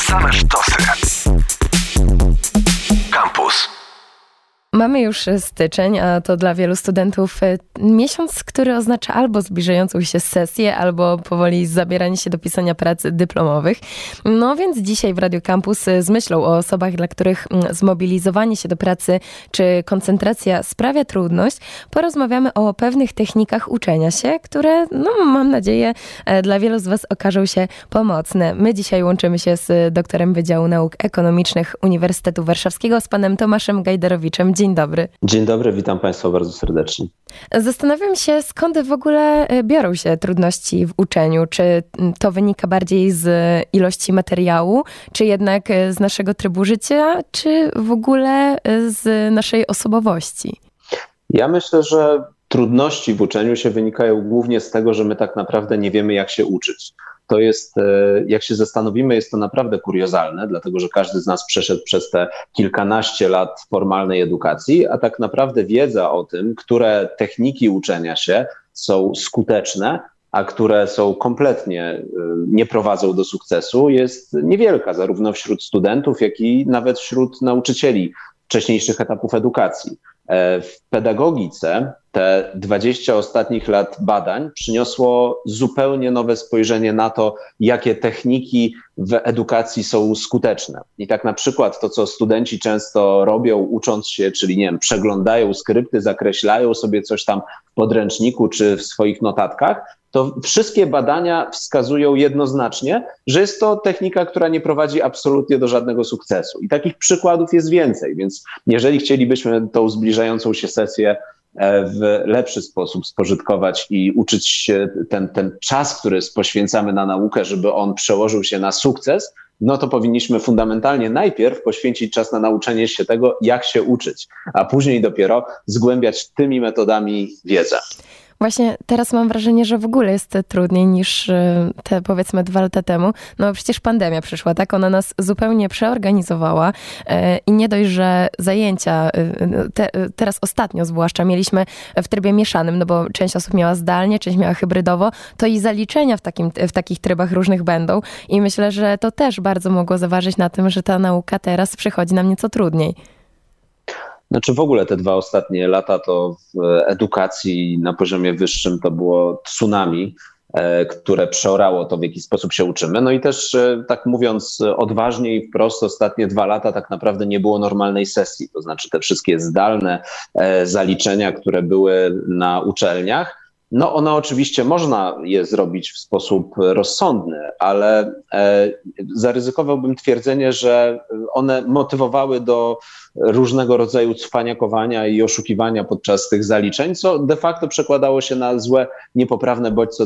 Same sztosy. Campus. Mamy już styczeń, a to dla wielu studentów miesiąc, który oznacza albo zbliżającą się sesję, albo powoli zabieranie się do pisania prac dyplomowych. No więc dzisiaj w Radio Campus z myślą o osobach, dla których zmobilizowanie się do pracy czy koncentracja sprawia trudność, porozmawiamy o pewnych technikach uczenia się, które, mam nadzieję, dla wielu z Was okażą się pomocne. My dzisiaj łączymy się z doktorem Wydziału Nauk Ekonomicznych Uniwersytetu Warszawskiego, z panem Tomaszem Gajderowiczem. Dzień dobry. Dzień dobry, witam Państwa bardzo serdecznie. Zastanawiam się, skąd w ogóle biorą się trudności w uczeniu. Czy to wynika bardziej z ilości materiału, czy jednak z naszego trybu życia, czy w ogóle z naszej osobowości? Ja myślę, że trudności w uczeniu się wynikają głównie z tego, że my tak naprawdę nie wiemy, jak się uczyć. To jest, jak się zastanowimy, jest to naprawdę kuriozalne, dlatego że każdy z nas przeszedł przez te kilkanaście lat formalnej edukacji, a tak naprawdę wiedza o tym, które techniki uczenia się są skuteczne, a które są kompletnie nie prowadzą do sukcesu, jest niewielka, zarówno wśród studentów, jak i nawet wśród nauczycieli wcześniejszych etapów edukacji. W pedagogice te 20 ostatnich lat badań przyniosło zupełnie nowe spojrzenie na to, jakie techniki w edukacji są skuteczne. I tak na przykład to, co studenci często robią, ucząc się, czyli przeglądają skrypty, zakreślają sobie coś tam w podręczniku czy w swoich notatkach, to wszystkie badania wskazują jednoznacznie, że jest to technika, która nie prowadzi absolutnie do żadnego sukcesu. I takich przykładów jest więcej, więc jeżeli chcielibyśmy tą zbliżającą się sesję w lepszy sposób spożytkować i uczyć się ten czas, który poświęcamy na naukę, żeby on przełożył się na sukces, no to powinniśmy fundamentalnie najpierw poświęcić czas na nauczenie się tego, jak się uczyć, a później dopiero zgłębiać tymi metodami wiedzę. Właśnie teraz mam wrażenie, że w ogóle jest trudniej niż te powiedzmy 2 lata temu. No przecież pandemia przyszła, tak? Ona nas zupełnie przeorganizowała i nie dość, że zajęcia, teraz ostatnio zwłaszcza, mieliśmy w trybie mieszanym, no bo część osób miała zdalnie, część miała hybrydowo, to i zaliczenia w takich trybach różnych będą i myślę, że to też bardzo mogło zaważyć na tym, że ta nauka teraz przychodzi nam nieco trudniej. Znaczy w ogóle te 2 ostatnie lata to w edukacji na poziomie wyższym to było tsunami, które przeorało to, w jaki sposób się uczymy. No i też tak mówiąc odważnie i wprost, ostatnie 2 lata tak naprawdę nie było normalnej sesji. To znaczy te wszystkie zdalne zaliczenia, które były na uczelniach, no one oczywiście można je zrobić w sposób rozsądny, ale zaryzykowałbym twierdzenie, że one motywowały do różnego rodzaju cwaniakowania i oszukiwania podczas tych zaliczeń, co de facto przekładało się na złe, niepoprawne bodźce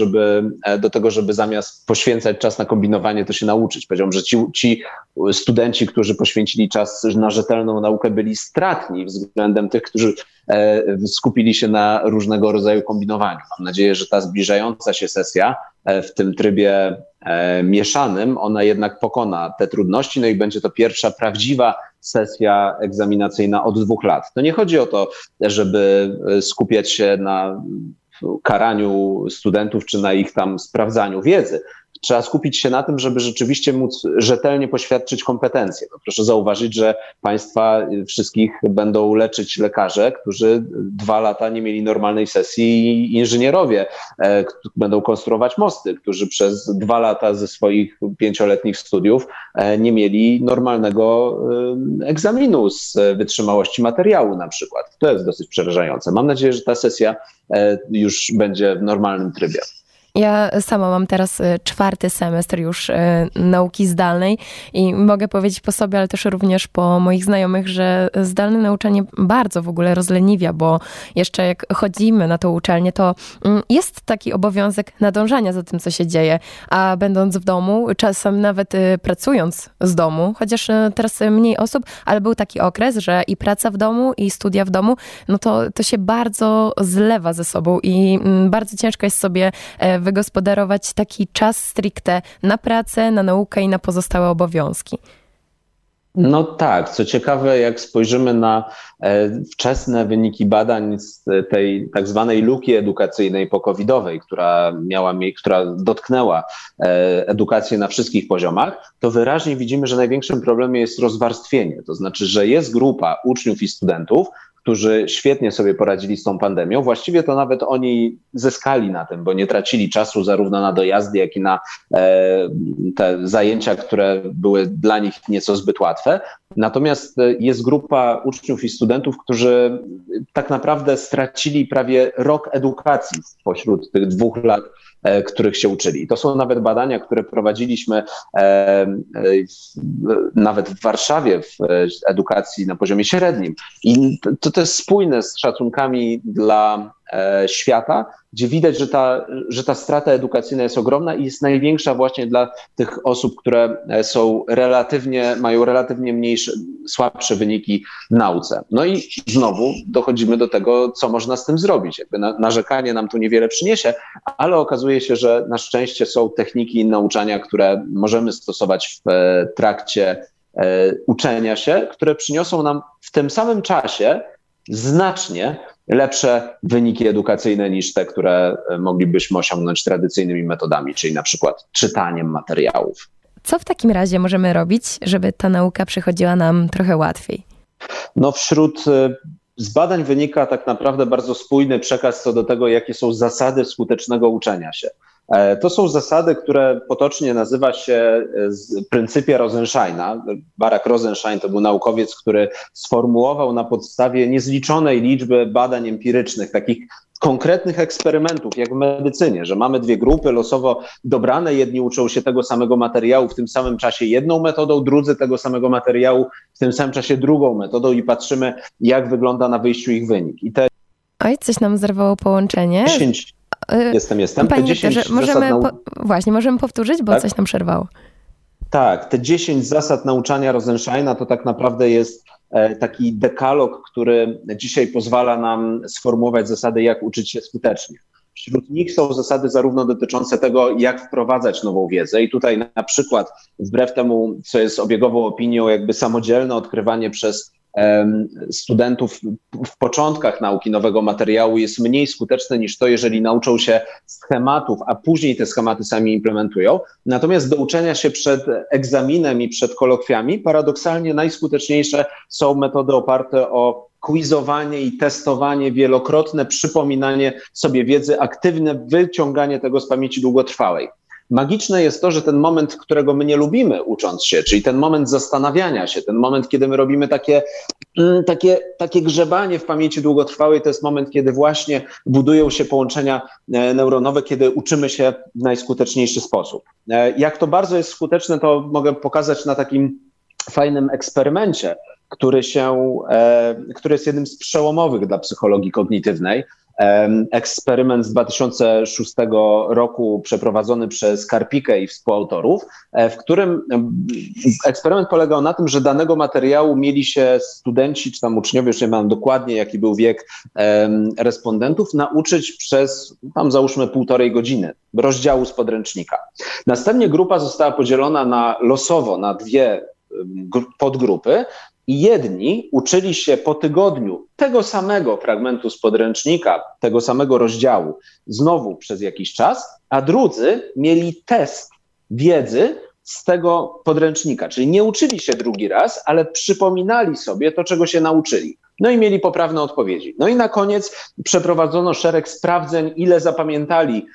do tego, żeby zamiast poświęcać czas na kombinowanie, to się nauczyć. Powiedziałbym, że ci studenci, którzy poświęcili czas na rzetelną naukę, byli stratni względem tych, którzy skupili się na różnego rodzaju kombinowaniu. Mam nadzieję, że ta zbliżająca się sesja w tym trybie mieszanym, ona jednak pokona te trudności, no i będzie to pierwsza prawdziwa sesja egzaminacyjna od 2 lat. To nie chodzi o to, żeby skupiać się na karaniu studentów czy na ich tam sprawdzaniu wiedzy. Trzeba skupić się na tym, żeby rzeczywiście móc rzetelnie poświadczyć kompetencje. No proszę zauważyć, że Państwa wszystkich będą leczyć lekarze, którzy 2 lata nie mieli normalnej sesji, i inżynierowie będą konstruować mosty, którzy przez 2 lata ze swoich 5-letnich studiów nie mieli normalnego egzaminu z wytrzymałości materiału na przykład. To jest dosyć przerażające. Mam nadzieję, że ta sesja już będzie w normalnym trybie. Ja sama mam teraz 4. semestr już nauki zdalnej i mogę powiedzieć po sobie, ale też również po moich znajomych, że zdalne nauczanie bardzo w ogóle rozleniwia, bo jeszcze jak chodzimy na tą uczelnię, to jest taki obowiązek nadążania za tym, co się dzieje, a będąc w domu, czasem nawet pracując z domu, chociaż teraz mniej osób, ale był taki okres, że i praca w domu, i studia w domu, no to się bardzo zlewa ze sobą i bardzo ciężko jest sobie wygospodarować taki czas stricte na pracę, na naukę i na pozostałe obowiązki. No tak, co ciekawe, jak spojrzymy na wczesne wyniki badań z tej tak zwanej luki edukacyjnej po-covidowej, która dotknęła edukację na wszystkich poziomach, to wyraźnie widzimy, że największym problemem jest rozwarstwienie. To znaczy, że jest grupa uczniów i studentów, którzy świetnie sobie poradzili z tą pandemią. Właściwie to nawet oni zyskali na tym, bo nie tracili czasu zarówno na dojazdy, jak i na te zajęcia, które były dla nich nieco zbyt łatwe. Natomiast jest grupa uczniów i studentów, którzy tak naprawdę stracili prawie rok edukacji spośród tych 2 lat, których się uczyli. To są nawet badania, które prowadziliśmy nawet w Warszawie w edukacji na poziomie średnim. I to jest spójne z szacunkami dla świata, gdzie widać, że ta strata edukacyjna jest ogromna i jest największa właśnie dla tych osób, które mają relatywnie słabsze wyniki w nauce. No i znowu dochodzimy do tego, co można z tym zrobić. Jakby narzekanie nam tu niewiele przyniesie, ale okazuje się, że na szczęście są techniki nauczania, które możemy stosować w trakcie uczenia się, które przyniosą nam w tym samym czasie znacznie lepsze wyniki edukacyjne niż te, które moglibyśmy osiągnąć tradycyjnymi metodami, czyli na przykład czytaniem materiałów. Co w takim razie możemy robić, żeby ta nauka przychodziła nam trochę łatwiej? No z badań wynika tak naprawdę bardzo spójny przekaz co do tego, jakie są zasady skutecznego uczenia się. To są zasady, które potocznie nazywa się pryncypia Rosensteina. Barak Rosenstein to był naukowiec, który sformułował na podstawie niezliczonej liczby badań empirycznych, takich konkretnych eksperymentów, jak w medycynie, że mamy 2 grupy losowo dobrane, jedni uczą się tego samego materiału w tym samym czasie jedną metodą, drudzy tego samego materiału w tym samym czasie drugą metodą i patrzymy, jak wygląda na wyjściu ich wynik. Oj, coś nam zerwało połączenie. 10. Jestem. Panie doktorze, możemy powtórzyć, bo tak? Coś nam przerwało. Tak, te 10 zasad nauczania Rosensteina to tak naprawdę jest taki dekalog, który dzisiaj pozwala nam sformułować zasady, jak uczyć się skutecznie. Wśród nich są zasady zarówno dotyczące tego, jak wprowadzać nową wiedzę i tutaj na przykład wbrew temu, co jest obiegową opinią, jakby samodzielne odkrywanie przez studentów w początkach nauki nowego materiału jest mniej skuteczne niż to, jeżeli nauczą się schematów, a później te schematy sami implementują. Natomiast do uczenia się przed egzaminem i przed kolokwiami paradoksalnie najskuteczniejsze są metody oparte o quizowanie i testowanie, wielokrotne przypominanie sobie wiedzy, aktywne wyciąganie tego z pamięci długotrwałej. Magiczne jest to, że ten moment, którego my nie lubimy ucząc się, czyli ten moment zastanawiania się, ten moment, kiedy my robimy takie grzebanie w pamięci długotrwałej, to jest moment, kiedy właśnie budują się połączenia neuronowe, kiedy uczymy się w najskuteczniejszy sposób. Jak to bardzo jest skuteczne, to mogę pokazać na takim fajnym eksperymencie, który jest jednym z przełomowych dla psychologii kognitywnej. Eksperyment z 2006 roku przeprowadzony przez Karpikę i współautorów, w którym eksperyment polegał na tym, że danego materiału mieli się studenci, czy tam uczniowie, już nie mam dokładnie jaki był wiek respondentów, nauczyć przez tam załóżmy 1,5 godziny rozdziału z podręcznika. Następnie grupa została podzielona losowo na 2 podgrupy, i jedni uczyli się po tygodniu tego samego fragmentu z podręcznika, tego samego rozdziału, znowu przez jakiś czas, a drudzy mieli test wiedzy z tego podręcznika, czyli nie uczyli się drugi raz, ale przypominali sobie to, czego się nauczyli. No i mieli poprawne odpowiedzi. No i na koniec przeprowadzono szereg sprawdzeń, ile zapamiętali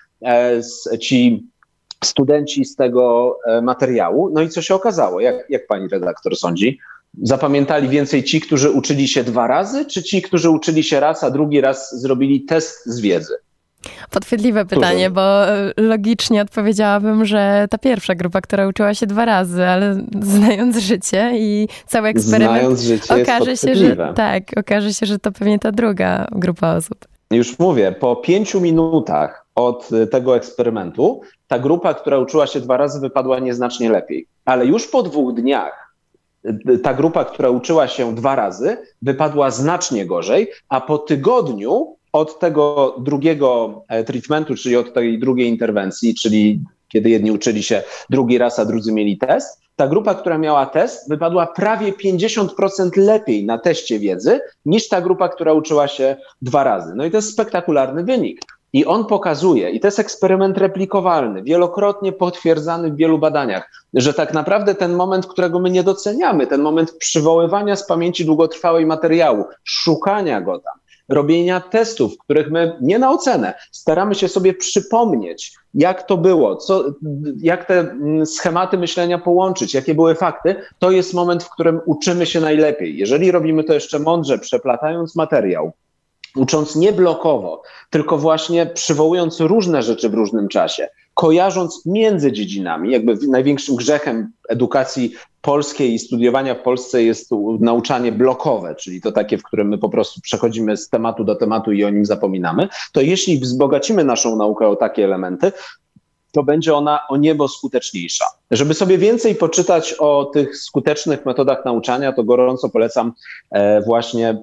ci studenci z tego materiału. No i co się okazało? Jak pani redaktor sądzi? Zapamiętali więcej ci, którzy uczyli się 2 razy, czy ci, którzy uczyli się raz, a drugi raz zrobili test z wiedzy? Podchwytliwe pytanie, bo logicznie odpowiedziałabym, że ta pierwsza grupa, która uczyła się 2 razy, ale znając życie i cały eksperyment, okaże się, że to pewnie ta druga grupa osób. Już mówię, po 5 minutach od tego eksperymentu ta grupa, która uczyła się 2 razy, wypadła nieznacznie lepiej. Ale już po 2 dniach ta grupa, która uczyła się 2 razy, wypadła znacznie gorzej, a po tygodniu od tego drugiego treatmentu, czyli od tej drugiej interwencji, czyli kiedy jedni uczyli się drugi raz, a drudzy mieli test. Ta grupa, która miała test, wypadła prawie 50% lepiej na teście wiedzy niż ta grupa, która uczyła się 2 razy. No i to jest spektakularny wynik. I on pokazuje, i to jest eksperyment replikowalny, wielokrotnie potwierdzany w wielu badaniach, że tak naprawdę ten moment, którego my nie doceniamy, ten moment przywoływania z pamięci długotrwałej materiału, szukania go tam, robienia testów, których my nie na ocenę, staramy się sobie przypomnieć, jak to było, jak te schematy myślenia połączyć, jakie były fakty, to jest moment, w którym uczymy się najlepiej. Jeżeli robimy to jeszcze mądrze, przeplatając materiał, ucząc nie blokowo, tylko właśnie przywołując różne rzeczy w różnym czasie, kojarząc między dziedzinami, jakby największym grzechem edukacji polskiej i studiowania w Polsce jest nauczanie blokowe, czyli to takie, w którym my po prostu przechodzimy z tematu do tematu i o nim zapominamy, to jeśli wzbogacimy naszą naukę o takie elementy, to będzie ona o niebo skuteczniejsza. Żeby sobie więcej poczytać o tych skutecznych metodach nauczania, to gorąco polecam właśnie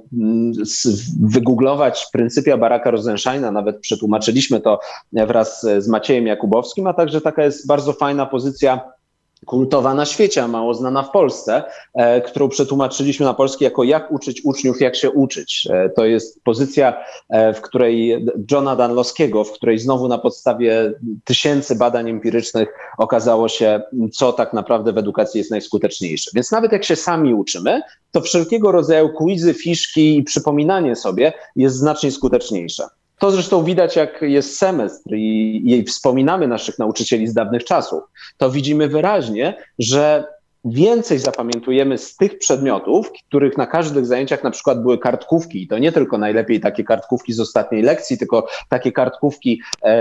wygooglować Pryncypia Baracka Rosensteina, nawet przetłumaczyliśmy to wraz z Maciejem Jakubowskim, a także taka jest bardzo fajna pozycja kultowa na świecie, a mało znana w Polsce, którą przetłumaczyliśmy na polski jako jak uczyć uczniów, jak się uczyć. To jest pozycja, w której Johna Danlowskiego, w której znowu na podstawie tysięcy badań empirycznych okazało się, co tak naprawdę w edukacji jest najskuteczniejsze. Więc nawet jak się sami uczymy, to wszelkiego rodzaju quizy, fiszki i przypominanie sobie jest znacznie skuteczniejsze. To zresztą widać, jak jest semestr i wspominamy naszych nauczycieli z dawnych czasów, to widzimy wyraźnie, że więcej zapamiętujemy z tych przedmiotów, których na każdych zajęciach na przykład były kartkówki i to nie tylko najlepiej takie kartkówki z ostatniej lekcji, tylko takie kartkówki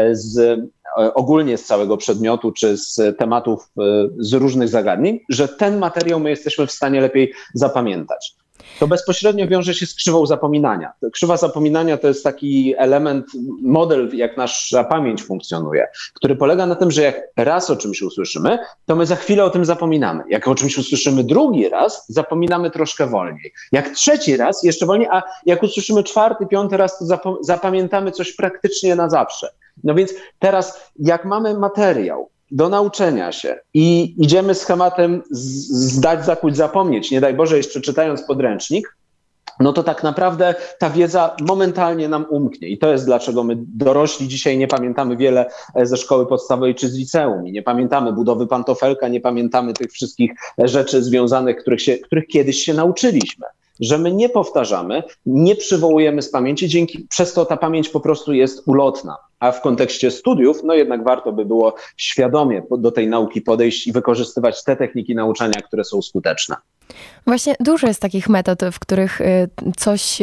ogólnie z całego przedmiotu czy z tematów z różnych zagadnień, że ten materiał my jesteśmy w stanie lepiej zapamiętać. To bezpośrednio wiąże się z krzywą zapominania. Krzywa zapominania to jest taki element, model, jak nasza pamięć funkcjonuje, który polega na tym, że jak raz o czymś usłyszymy, to my za chwilę o tym zapominamy. Jak o czymś usłyszymy drugi raz, zapominamy troszkę wolniej. Jak trzeci raz, jeszcze wolniej, a jak usłyszymy 4., 5. raz, to zapamiętamy coś praktycznie na zawsze. No więc teraz, jak mamy materiał do nauczenia się i idziemy schematem zdać, zakuć, zapomnieć, nie daj Boże jeszcze czytając podręcznik, no to tak naprawdę ta wiedza momentalnie nam umknie i to jest dlaczego my dorośli dzisiaj nie pamiętamy wiele ze szkoły podstawowej czy z liceum i nie pamiętamy budowy pantofelka, nie pamiętamy tych wszystkich rzeczy związanych, których kiedyś się nauczyliśmy. Że my nie powtarzamy, nie przywołujemy z pamięci, przez to ta pamięć po prostu jest ulotna. A w kontekście studiów, no jednak warto by było świadomie do tej nauki podejść i wykorzystywać te techniki nauczania, które są skuteczne. Właśnie dużo jest takich metod, w których coś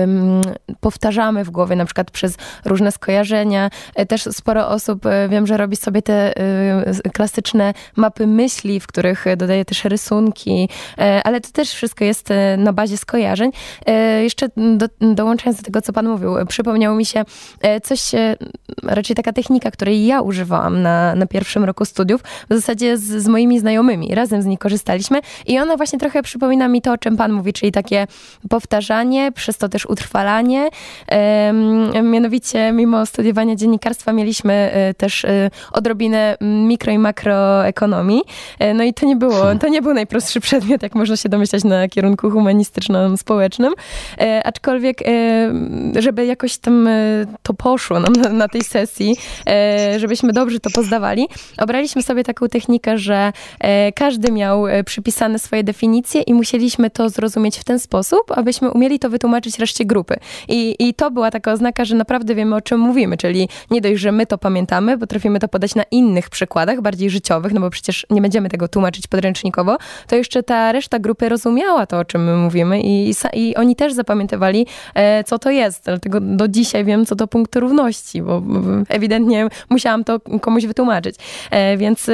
powtarzamy w głowie, na przykład przez różne skojarzenia. Też sporo osób, wiem, że robi sobie te klasyczne mapy myśli, w których dodaje też rysunki, ale to też wszystko jest na bazie skojarzeń. Jeszcze dołączając do tego, co pan mówił, przypomniało mi się coś, raczej taka technika, której ja używałam na pierwszym roku studiów, w zasadzie z moimi znajomymi. Razem z niej korzystaliśmy i ona właśnie trochę przypomina mi to, o czym pan mówi, czyli takie powtarzanie, przez to też utrwalanie. Mianowicie, mimo studiowania dziennikarstwa mieliśmy też odrobinę mikro i makroekonomii. No i to nie był najprostszy przedmiot, jak można się domyślać na kierunku humanistyczno-społecznym. Aczkolwiek, żeby jakoś tam to poszło nam na tej sesji, żebyśmy dobrze to pozdawali, obraliśmy sobie taką technikę, że każdy miał przypisane swoje definicje i musieliśmy to zrozumieć w ten sposób, abyśmy umieli to wytłumaczyć reszcie grupy. I to była taka oznaka, że naprawdę wiemy, o czym mówimy, czyli nie dość, że my to pamiętamy, potrafimy to podać na innych przykładach, bardziej życiowych, no bo przecież nie będziemy tego tłumaczyć podręcznikowo, to jeszcze ta reszta grupy rozumiała to, o czym my mówimy i oni też zapamiętywali, co to jest. Dlatego do dzisiaj wiem, co to punkt równości, bo ewidentnie musiałam to komuś wytłumaczyć. Więc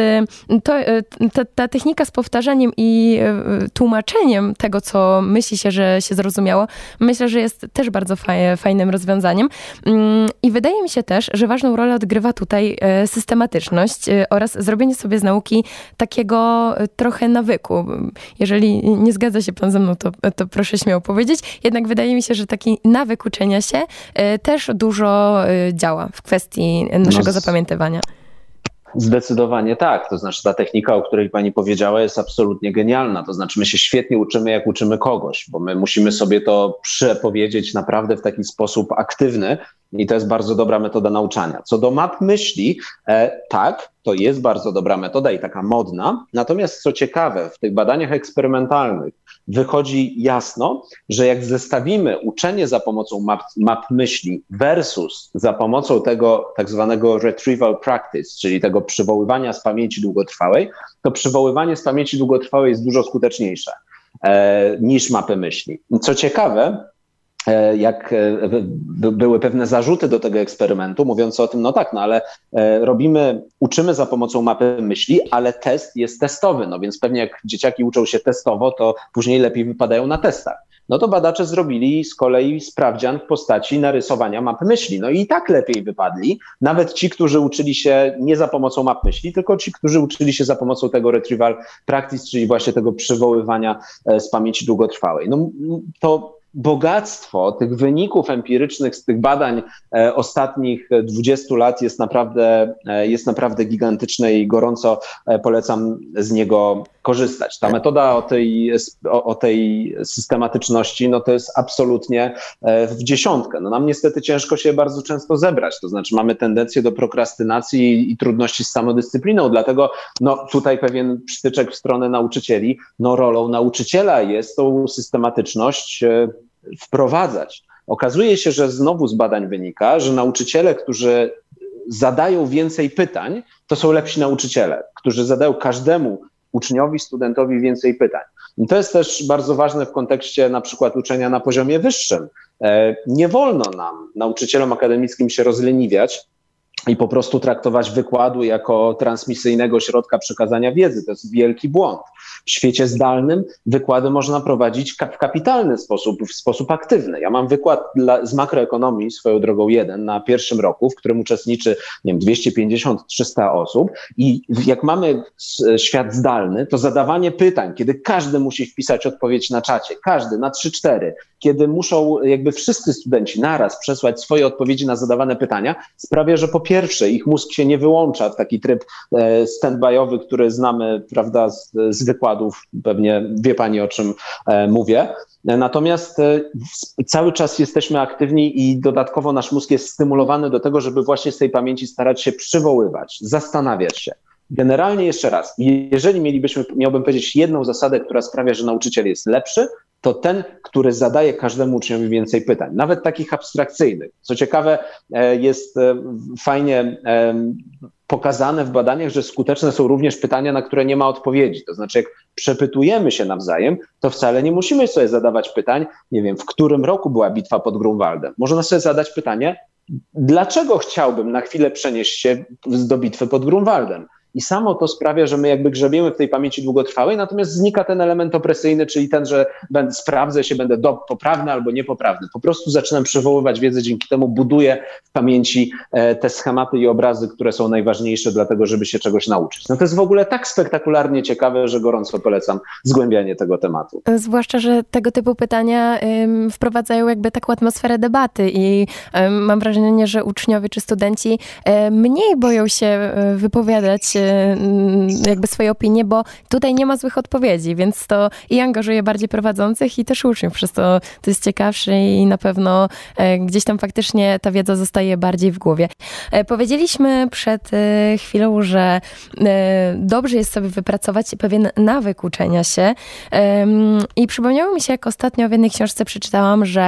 ta technika z powtarzaniem i tłumaczeniem tego, co myśli się, że się zrozumiało, myślę, że jest też bardzo fajnym rozwiązaniem. I wydaje mi się też, że ważną rolę odgrywa tutaj systematyczność oraz zrobienie sobie z nauki takiego trochę nawyku. Jeżeli nie zgadza się pan ze mną, to proszę śmiało powiedzieć. Jednak wydaje mi się, że taki nawyk uczenia się też dużo działa w kwestii naszego zapamiętywania. Zdecydowanie tak. To znaczy ta technika, o której pani powiedziała, jest absolutnie genialna. To znaczy my się świetnie uczymy, jak uczymy kogoś, bo my musimy sobie to przepowiedzieć naprawdę w taki sposób aktywny i to jest bardzo dobra metoda nauczania. Co do map myśli, tak, to jest bardzo dobra metoda i taka modna. Natomiast co ciekawe, w tych badaniach eksperymentalnych wychodzi jasno, że jak zestawimy uczenie za pomocą map myśli versus za pomocą tego tak zwanego retrieval practice, czyli tego przywoływania z pamięci długotrwałej, to przywoływanie z pamięci długotrwałej jest dużo skuteczniejsze niż mapy myśli. Co ciekawe, jak były pewne zarzuty do tego eksperymentu, mówiące o tym, no tak, no ale uczymy za pomocą mapy myśli, ale test jest testowy, no więc pewnie jak dzieciaki uczą się testowo, to później lepiej wypadają na testach. No to badacze zrobili z kolei sprawdzian w postaci narysowania mapy myśli. No i tak lepiej wypadli, nawet ci, którzy uczyli się nie za pomocą map myśli, tylko ci, którzy uczyli się za pomocą tego retrieval practice, czyli właśnie tego przywoływania z pamięci długotrwałej. No to bogactwo tych wyników empirycznych z tych badań ostatnich 20 lat jest naprawdę gigantyczne i gorąco polecam z niego korzystać. Ta metoda o tej systematyczności, no to jest absolutnie w dziesiątkę. No nam niestety ciężko się bardzo często zebrać, to znaczy mamy tendencję do prokrastynacji i trudności z samodyscypliną, dlatego no tutaj pewien przytyczek w stronę nauczycieli, no rolą nauczyciela jest tą systematyczność wprowadzać. Okazuje się, że znowu z badań wynika, że nauczyciele, którzy zadają więcej pytań, to są lepsi nauczyciele, którzy zadają każdemu uczniowi, studentowi więcej pytań. I to jest też bardzo ważne w kontekście na przykład uczenia na poziomie wyższym. Nie wolno nam, nauczycielom akademickim, się rozleniwiać i po prostu traktować wykładu jako transmisyjnego środka przekazania wiedzy. To jest wielki błąd. W świecie zdalnym wykłady można prowadzić w kapitalny sposób, w sposób aktywny. Ja mam wykład z makroekonomii, swoją drogą jeden, na pierwszym roku, w którym uczestniczy, nie wiem, 250-300 osób i jak mamy świat zdalny, to zadawanie pytań, kiedy każdy musi wpisać odpowiedź na czacie, każdy na 3-4, kiedy muszą jakby wszyscy studenci naraz przesłać swoje odpowiedzi na zadawane pytania, sprawia, że po pierwsze ich mózg się nie wyłącza w taki tryb stand-byowy, który znamy, prawda, z wykładów, pewnie wie pani, o czym mówię. Natomiast cały czas jesteśmy aktywni i dodatkowo nasz mózg jest stymulowany do tego, żeby właśnie z tej pamięci starać się przywoływać, zastanawiać się. Generalnie jeszcze raz, jeżeli miałbym powiedzieć jedną zasadę, która sprawia, że nauczyciel jest lepszy, to ten, który zadaje każdemu uczniowi więcej pytań, nawet takich abstrakcyjnych. Co ciekawe, jest fajnie pokazane w badaniach, że skuteczne są również pytania, na które nie ma odpowiedzi. To znaczy, jak przepytujemy się nawzajem, to wcale nie musimy sobie zadawać pytań, nie wiem, w którym roku była bitwa pod Grunwaldem. Można sobie zadać pytanie, dlaczego chciałbym na chwilę przenieść się do bitwy pod Grunwaldem? I samo to sprawia, że my jakby grzebiemy w tej pamięci długotrwałej, natomiast znika ten element opresyjny, czyli ten, że sprawdzę się, będę poprawny albo niepoprawny. Po prostu zaczynam przywoływać wiedzę, dzięki temu buduję w pamięci te schematy i obrazy, które są najważniejsze dla tego, żeby się czegoś nauczyć. No to jest w ogóle tak spektakularnie ciekawe, że gorąco polecam zgłębianie tego tematu. Zwłaszcza, że tego typu pytania wprowadzają jakby taką atmosferę debaty i mam wrażenie, że uczniowie czy studenci mniej boją się wypowiadać jakby swoje opinie, bo tutaj nie ma złych odpowiedzi, więc to i angażuje bardziej prowadzących i też uczniów, przez to jest ciekawsze i na pewno gdzieś tam faktycznie ta wiedza zostaje bardziej w głowie. Powiedzieliśmy przed chwilą, że dobrze jest sobie wypracować pewien nawyk uczenia się i przypomniało mi się, jak ostatnio w jednej książce przeczytałam, że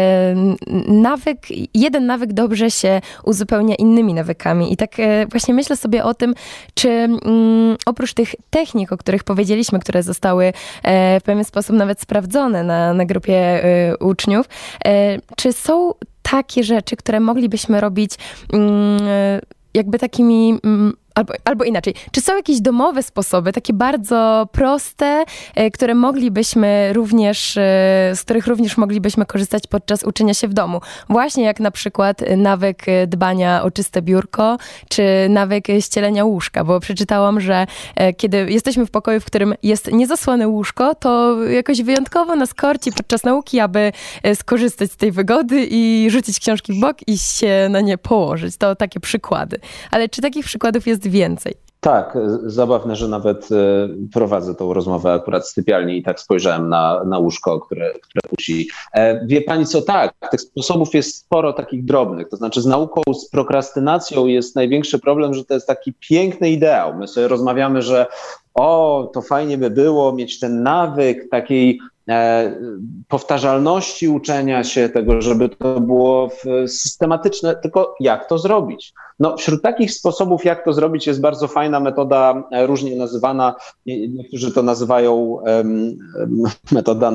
jeden nawyk dobrze się uzupełnia innymi nawykami i tak właśnie myślę sobie o tym, czy oprócz tych technik, o których powiedzieliśmy, które zostały w pewien sposób nawet sprawdzone na grupie uczniów, czy są takie rzeczy, które moglibyśmy robić jakby takimi... Albo inaczej, czy są jakieś domowe sposoby, takie bardzo proste, które moglibyśmy również, z których również moglibyśmy korzystać podczas uczenia się w domu? Właśnie jak na przykład nawyk dbania o czyste biurko, czy nawyk ścielenia łóżka, bo przeczytałam, że kiedy jesteśmy w pokoju, w którym jest niezasłane łóżko, to jakoś wyjątkowo nas korci podczas nauki, aby skorzystać z tej wygody i rzucić książki w bok i się na nie położyć. To takie przykłady. Ale czy takich przykładów jest jest więcej. Tak, zabawne, że nawet prowadzę tą rozmowę akurat w sypialni i tak spojrzałem na łóżko, które kusi. Wie pani co, tak, tych sposobów jest sporo takich drobnych, to znaczy z nauką, z prokrastynacją jest największy problem, że to jest taki piękny ideał. My sobie rozmawiamy, że to fajnie by było mieć ten nawyk takiej powtarzalności uczenia się tego, żeby to było systematyczne, tylko jak to zrobić? No, wśród takich sposobów, jak to zrobić, jest bardzo fajna metoda, różnie nazywana, niektórzy to nazywają metoda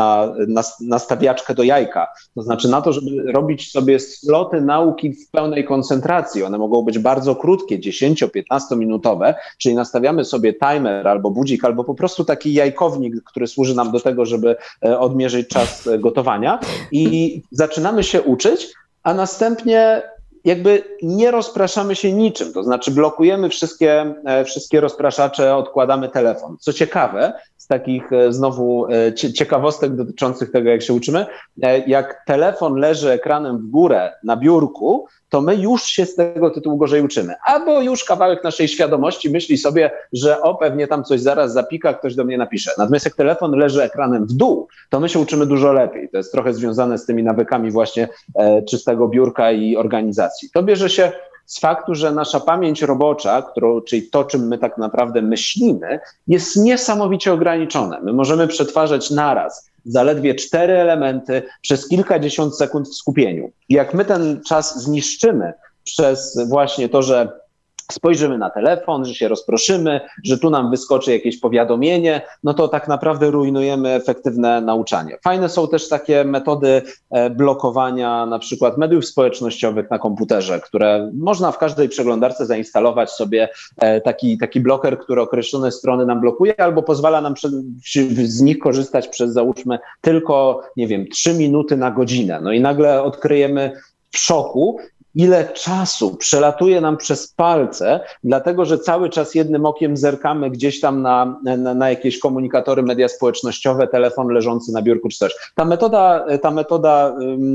na stawiaczkę do jajka, to znaczy na to, żeby robić sobie sloty nauki w pełnej koncentracji. One mogą być bardzo krótkie, 10-15 minutowe, czyli nastawiamy sobie timer albo budzik, albo po prostu taki jajkownik, który służy nam do tego, żeby odmierzyć czas gotowania i zaczynamy się uczyć, a następnie jakby nie rozpraszamy się niczym, to znaczy blokujemy wszystkie rozpraszacze, odkładamy telefon. Co ciekawe, z takich znowu ciekawostek dotyczących tego, jak się uczymy, jak telefon leży ekranem w górę na biurku, to my już się z tego tytułu gorzej uczymy. Albo już kawałek naszej świadomości myśli sobie, że pewnie tam coś zaraz zapika, ktoś do mnie napisze. Natomiast jak telefon leży ekranem w dół, to my się uczymy dużo lepiej. To jest trochę związane z tymi nawykami właśnie czystego biurka i organizacji. To bierze się z faktu, że nasza pamięć robocza, czyli to, czym my tak naprawdę myślimy, jest niesamowicie ograniczone. My możemy przetwarzać naraz zaledwie 4 elementy przez kilkadziesiąt sekund w skupieniu. I jak my ten czas zniszczymy przez właśnie to, że spojrzymy na telefon, że się rozproszymy, że tu nam wyskoczy jakieś powiadomienie, no to tak naprawdę rujnujemy efektywne nauczanie. Fajne są też takie metody blokowania na przykład mediów społecznościowych na komputerze, które można w każdej przeglądarce zainstalować sobie taki bloker, który określone strony nam blokuje albo pozwala nam z nich korzystać przez załóżmy tylko, 3 minuty na godzinę. No i nagle odkryjemy w szoku, ile czasu przelatuje nam przez palce, dlatego że cały czas jednym okiem zerkamy gdzieś tam na jakieś komunikatory, media społecznościowe, telefon leżący na biurku czy coś. Ta metoda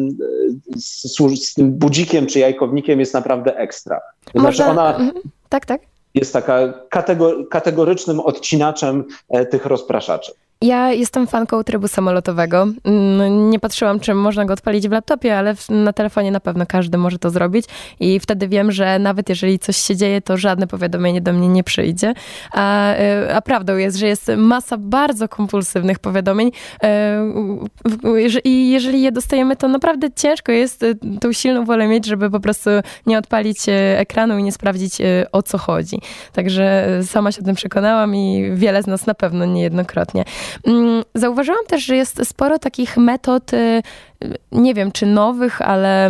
z tym budzikiem czy jajkownikiem jest naprawdę ekstra. Znaczy ona tak. jest taka kategorycznym odcinaczem tych rozpraszaczy. Ja jestem fanką trybu samolotowego. Nie patrzyłam, czy można go odpalić w laptopie, ale na telefonie na pewno każdy może to zrobić i wtedy wiem, że nawet jeżeli coś się dzieje, to żadne powiadomienie do mnie nie przyjdzie. A prawdą jest, że jest masa bardzo kompulsywnych powiadomień i jeżeli je dostajemy, to naprawdę ciężko jest tą silną wolę mieć, żeby po prostu nie odpalić ekranu i nie sprawdzić, o co chodzi. Także sama się o tym przekonałam i wiele z nas na pewno niejednokrotnie. Zauważyłam też, że jest sporo takich metod, nie wiem czy nowych, ale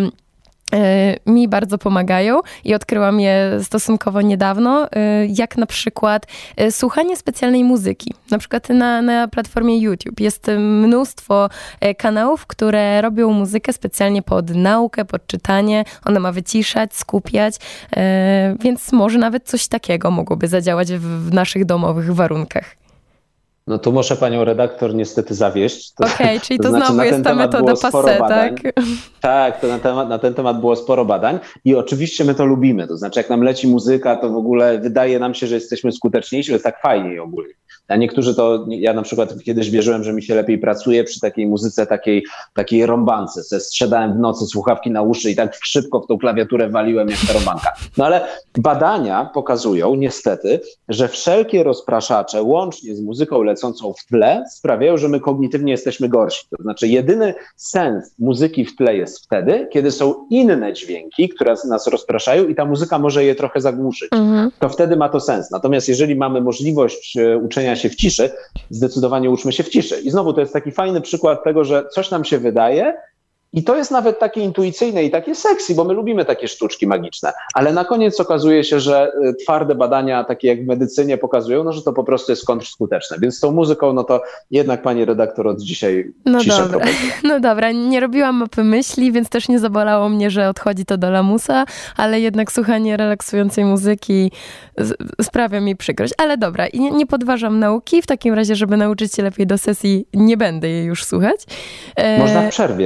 mi bardzo pomagają i odkryłam je stosunkowo niedawno, jak na przykład słuchanie specjalnej muzyki. Na przykład na platformie YouTube jest mnóstwo kanałów, które robią muzykę specjalnie pod naukę, pod czytanie. Ona ma wyciszać, skupiać, więc może nawet coś takiego mogłoby zadziałać w naszych domowych warunkach. No tu muszę panią redaktor niestety zawieść. Okej, czyli to znowu jest ta metoda passé, tak? Tak, to na ten temat było sporo badań i oczywiście my to lubimy. To znaczy jak nam leci muzyka, to w ogóle wydaje nam się, że jesteśmy skuteczniejsi, że jest tak fajniej ogólnie. A niektórzy ja na przykład kiedyś wierzyłem, że mi się lepiej pracuje przy takiej muzyce, takiej rąbance. Siadałem w nocy, słuchawki na uszy i tak szybko w tą klawiaturę waliłem jak ta rąbanka. No ale badania pokazują niestety, że wszelkie rozpraszacze łącznie z muzyką lecącą w tle sprawiają, że my kognitywnie jesteśmy gorsi. To znaczy jedyny sens muzyki w tle jest wtedy, kiedy są inne dźwięki, które nas rozpraszają i ta muzyka może je trochę zagłuszyć. To wtedy ma to sens. Natomiast jeżeli mamy możliwość uczenia się w ciszy, zdecydowanie uczmy się w ciszy. I znowu to jest taki fajny przykład tego, że coś nam się wydaje i to jest nawet takie intuicyjne i takie sexy, bo my lubimy takie sztuczki magiczne, ale na koniec okazuje się, że twarde badania, takie jak w medycynie, pokazują, że to po prostu jest kontrskuteczne. Więc z tą muzyką, to jednak pani redaktor od dzisiaj ciszę proponuję. No dobra, nie robiłam mapy myśli, więc też nie zabolało mnie, że odchodzi to do lamusa, ale jednak słuchanie relaksującej muzyki sprawia mi przykrość. Ale dobra, i nie podważam nauki, w takim razie, żeby nauczyć się lepiej do sesji, nie będę jej już słuchać. Można w przerwie. Można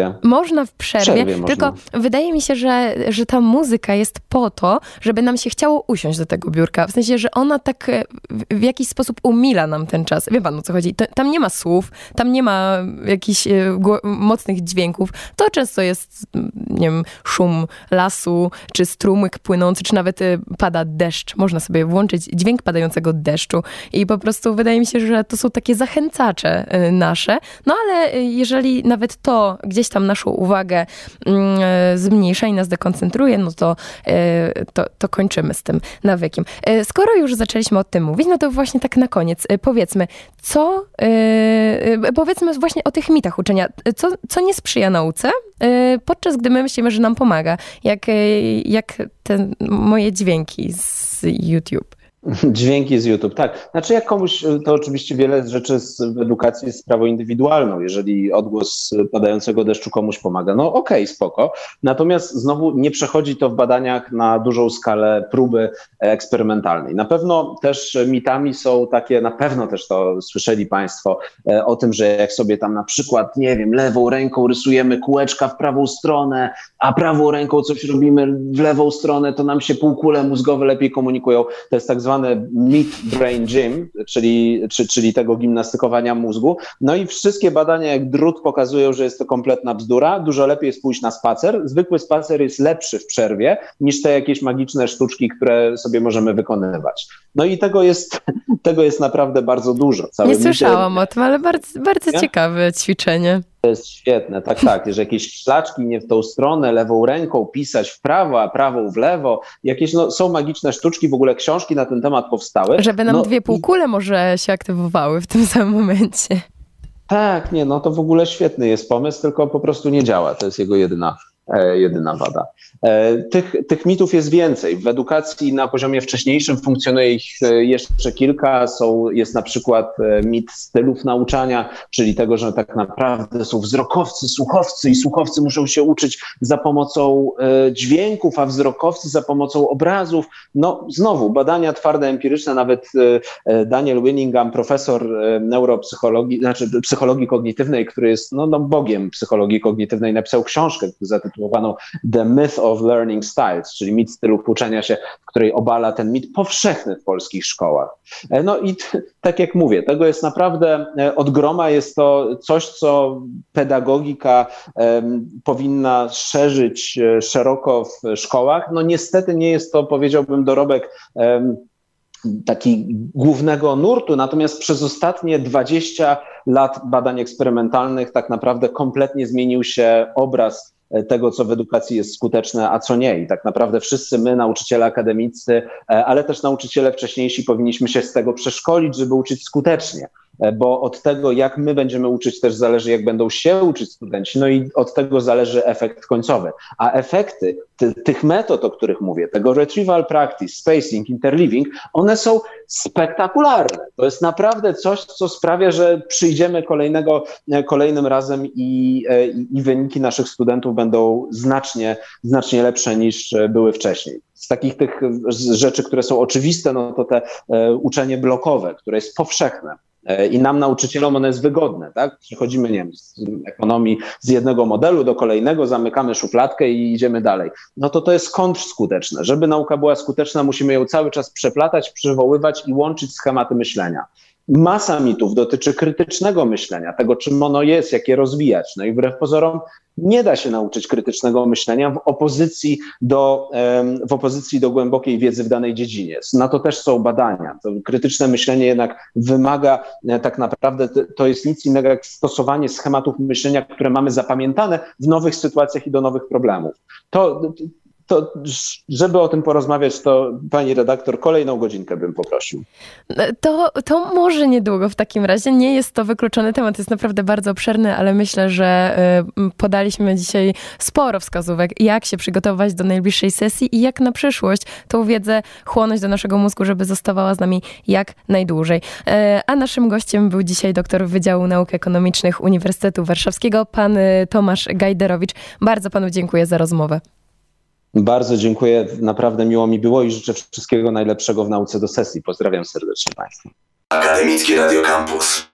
można w przerwie, tylko wydaje mi się, że ta muzyka jest po to, żeby nam się chciało usiąść do tego biurka. W sensie, że ona tak w jakiś sposób umila nam ten czas. Wie pan, o co chodzi? Tam nie ma słów, tam nie ma jakichś mocnych dźwięków. To często jest, nie wiem, szum lasu, czy strumyk płynący, czy nawet pada deszcz. Można sobie włączyć dźwięk padającego deszczu i po prostu wydaje mi się, że to są takie zachęcacze nasze. No ale jeżeli nawet to gdzieś tam naszą uwagę zmniejsza i nas dekoncentruje, no to kończymy z tym nawykiem. Skoro już zaczęliśmy o tym mówić, no to właśnie tak na koniec powiedzmy, powiedzmy właśnie o tych mitach uczenia. Co nie sprzyja nauce, podczas gdy my myślimy, że nam pomaga. Jak te moje dźwięki z YouTube. Dźwięki z YouTube, tak. Znaczy jak komuś, to oczywiście wiele rzeczy w edukacji jest sprawą indywidualną. Jeżeli odgłos padającego deszczu komuś pomaga, no okej, spoko. Natomiast znowu nie przechodzi to w badaniach na dużą skalę próby eksperymentalnej. Na pewno też mitami są takie, na pewno też to słyszeli Państwo o tym, że jak sobie tam na przykład, nie wiem, lewą ręką rysujemy kółeczka w prawą stronę, a prawą ręką coś robimy w lewą stronę, to nam się półkule mózgowe lepiej komunikują. To jest tak zwane mid-brain gym, czyli tego gimnastykowania mózgu. No i wszystkie badania jak drut pokazują, że jest to kompletna bzdura. Dużo lepiej jest pójść na spacer. Zwykły spacer jest lepszy w przerwie niż te jakieś magiczne sztuczki, które sobie możemy wykonywać. No i tego jest naprawdę bardzo dużo. Nie słyszałam o tym, ale bardzo ciekawe ćwiczenie. To jest świetne, tak, że jakieś szlaczki nie w tą stronę, lewą ręką pisać w prawo, a prawą w lewo, jakieś są magiczne sztuczki, w ogóle książki na ten temat powstały. Żeby nam dwie półkule może się aktywowały w tym samym momencie. Tak, to w ogóle świetny jest pomysł, tylko po prostu nie działa, to jest jego jedyna wada. Tych mitów jest więcej. W edukacji na poziomie wcześniejszym funkcjonuje ich jeszcze kilka. Jest na przykład mit stylów nauczania, czyli tego, że tak naprawdę są wzrokowcy, słuchowcy i słuchowcy muszą się uczyć za pomocą dźwięków, a wzrokowcy za pomocą obrazów. No znowu, badania twarde, empiryczne, nawet Daniel Winningham, profesor neuropsychologii, psychologii kognitywnej, który jest bogiem psychologii kognitywnej, napisał książkę zatytułowaną The Myth of Learning Styles, czyli mit stylów uczenia się, w której obala ten mit powszechny w polskich szkołach. No i tak jak mówię, tego jest naprawdę od groma, jest to coś, co pedagogika powinna szerzyć szeroko w szkołach. No niestety nie jest to, powiedziałbym, dorobek taki głównego nurtu, natomiast przez ostatnie 20 lat badań eksperymentalnych tak naprawdę kompletnie zmienił się obraz tego, co w edukacji jest skuteczne, a co nie. I tak naprawdę wszyscy my, nauczyciele akademicy, ale też nauczyciele wcześniejsi, powinniśmy się z tego przeszkolić, żeby uczyć skutecznie. Bo od tego, jak my będziemy uczyć, też zależy, jak będą się uczyć studenci, no i od tego zależy efekt końcowy. A efekty tych metod, o których mówię, tego retrieval practice, spacing, interleaving, one są spektakularne. To jest naprawdę coś, co sprawia, że przyjdziemy kolejnym razem i wyniki naszych studentów będą znacznie lepsze niż były wcześniej. Z takich tych rzeczy, które są oczywiste, no to te uczenie blokowe, które jest powszechne. I nam, nauczycielom, one jest wygodne, tak? Przechodzimy, nie wiem, z ekonomii z jednego modelu do kolejnego, zamykamy szufladkę i idziemy dalej. No to jest kontrskuteczne. Żeby nauka była skuteczna, musimy ją cały czas przeplatać, przywoływać i łączyć schematy myślenia. Masa mitów dotyczy krytycznego myślenia, tego, czym ono jest, jak je rozwijać. No i wbrew pozorom nie da się nauczyć krytycznego myślenia w opozycji do głębokiej wiedzy w danej dziedzinie. Na to też są badania. To krytyczne myślenie jednak wymaga tak naprawdę, to jest nic innego jak stosowanie schematów myślenia, które mamy zapamiętane w nowych sytuacjach i do nowych problemów. To żeby o tym porozmawiać, to pani redaktor, kolejną godzinkę bym poprosił. To może niedługo w takim razie. Nie jest to wykluczony temat, jest naprawdę bardzo obszerny, ale myślę, że podaliśmy dzisiaj sporo wskazówek, jak się przygotować do najbliższej sesji i jak na przyszłość tą wiedzę chłonąć do naszego mózgu, żeby zostawała z nami jak najdłużej. A naszym gościem był dzisiaj doktor Wydziału Nauk Ekonomicznych Uniwersytetu Warszawskiego, pan Tomasz Gajderowicz. Bardzo panu dziękuję za rozmowę. Bardzo dziękuję, naprawdę miło mi było i życzę wszystkiego najlepszego w nauce do sesji. Pozdrawiam serdecznie Państwa. Akademickie Radio Campus.